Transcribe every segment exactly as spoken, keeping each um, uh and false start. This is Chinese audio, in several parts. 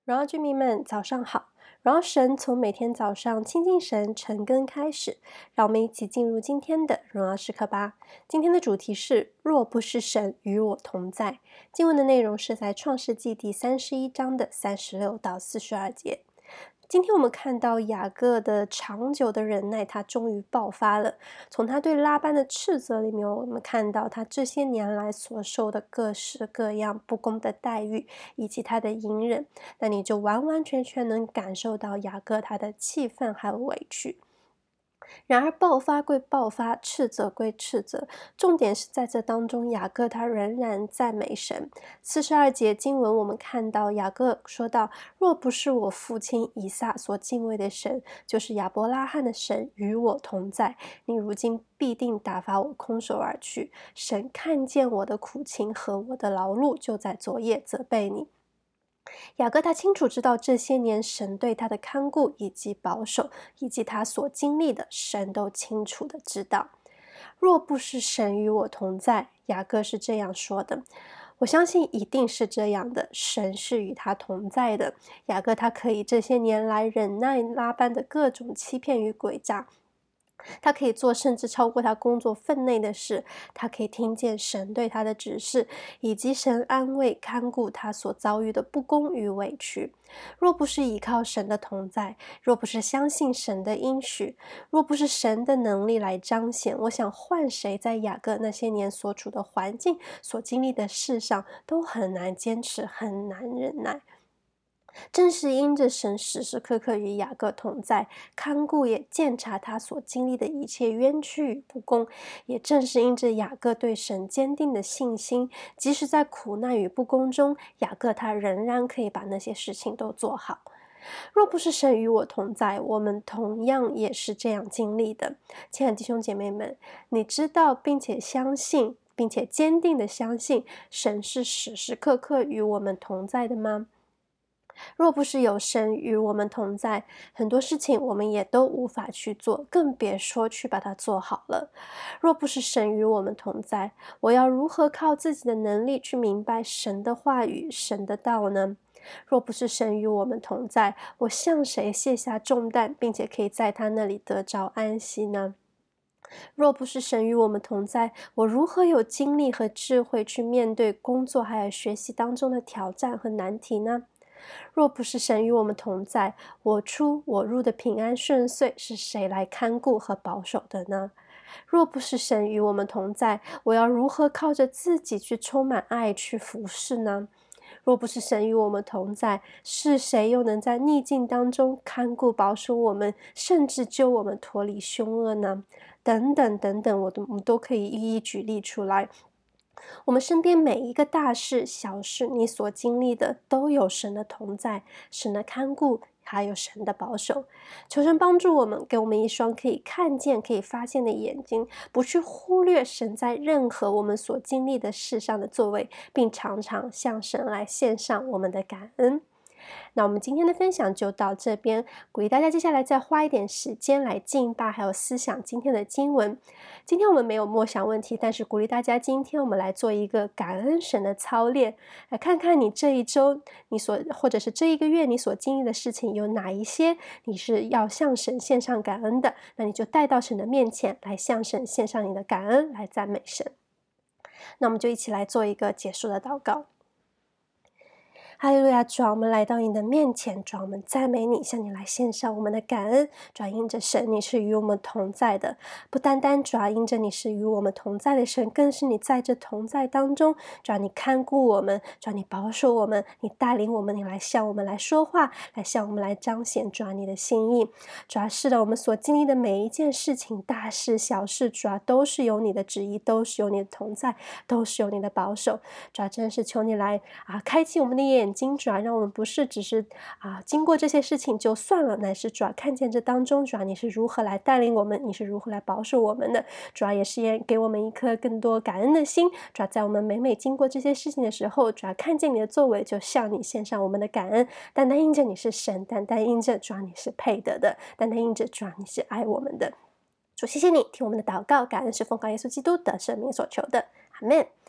荣耀居民们，早上好！荣耀神从每天早上亲近神、晨更开始，让我们一起进入今天的荣耀时刻吧。今天的主题是“若不是神与我同在”。经文的内容是在创世纪第三十一章的三十六到四十二节。今天我们看到雅各的长久的忍耐，他终于爆发了。从他对拉班的斥责里面，我们看到他这些年来所受的各式各样不公的待遇，以及他的隐忍，那你就完完全全能感受到雅各他的气愤还有委屈。然而爆发归爆发，斥责归斥责，重点是在这当中，雅各他仍然赞美神。四十二节经文我们看到雅各说道，若不是我父亲以撒所敬畏的神，就是亚伯拉罕的神与我同在，你如今必定打发我空手而去。神看见我的苦情和我的劳碌，就在昨夜责备你。雅各他清楚知道这些年神对他的看顾以及保守，以及他所经历的，神都清楚的知道。若不是神与我同在，雅各是这样说的。我相信一定是这样的，神是与他同在的。雅各他可以这些年来忍耐拉班的各种欺骗与诡诈，他可以做甚至超过他工作分内的事，他可以听见神对他的指示，以及神安慰看顾他所遭遇的不公与委屈。若不是依靠神的同在，若不是相信神的应许，若不是神的能力来彰显，我想换谁在雅各那些年所处的环境、所经历的事上，都很难坚持，很难忍耐。正是因着神时时刻刻与雅各同在，看顾也鉴察他所经历的一切冤屈与不公，也正是因着雅各对神坚定的信心，即使在苦难与不公中，雅各他仍然可以把那些事情都做好。若不是神与我同在，我们同样也是这样经历的。亲爱的弟兄姐妹们，你知道并且相信并且坚定的相信神是时时刻刻与我们同在的吗？若不是有神与我们同在，很多事情我们也都无法去做，更别说去把它做好了。若不是神与我们同在，我要如何靠自己的能力去明白神的话语、神的道呢？若不是神与我们同在，我向谁卸下重担，并且可以在他那里得着安息呢？若不是神与我们同在，我如何有精力和智慧去面对工作还有学习当中的挑战和难题呢？若不是神与我们同在，我出我入的平安顺遂，是谁来看顾和保守的呢？若不是神与我们同在，我要如何靠着自己去充满爱去服侍呢？若不是神与我们同在，是谁又能在逆境当中看顾保守我们，甚至救我们脱离凶恶呢？等等等等，我都我们都可以一一举例出来。我们身边每一个大事小事，你所经历的都有神的同在，神的看顾，还有神的保守。求神帮助我们，给我们一双可以看见可以发现的眼睛，不去忽略神在任何我们所经历的事上的作为，并常常向神来献上我们的感恩。那我们今天的分享就到这边，鼓励大家接下来再花一点时间来敬拜还有思想今天的经文。今天我们没有默想问题，但是鼓励大家今天我们来做一个感恩神的操练，来看看你这一周你所或者是这一个月你所经历的事情有哪一些你是要向神献上感恩的，那你就带到神的面前来向神献上你的感恩，来赞美神。那我们就一起来做一个结束的祷告。哈利路亚，主啊，我们来到你的面前，主啊，我们赞美你，向你来献上我们的感恩。主啊，因着神你是与我们同在的，不单单主啊，因着你是与我们同在的神，更是你在这同在当中，主啊，你看顾我们，主啊，你保守我们，你带领我们，你来向我们来说话，来向我们来彰显主啊你的心意。主啊，是的，我们所经历的每一件事情，大事小事，主啊，都是有你的旨意，都是有你的同在，都是有你的保守。主啊，真是求你来啊，开启我们的眼睛，主啊，让我们不是只是啊经过这些事情就算了，乃是主啊看见这当中，主啊你是如何来带领我们，你是如何来保守我们的。主啊，也是给我们一颗更多感恩的心。主啊，在我们每每经过这些事情的时候，主啊看见你的作为，就向你献上我们的感恩。单单因着你是神，单单因着主啊你是配得的，单单因着主啊你是爱我们的。主，谢谢你听我们的祷告，感恩是奉靠耶稣基督的圣名所求的，阿们。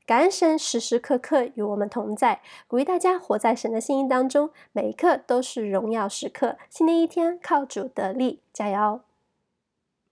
感恩神时时刻刻与我们同在，鼓励大家活在神的心意当中，每一刻都是荣耀时刻。新的一天靠主得力，加油！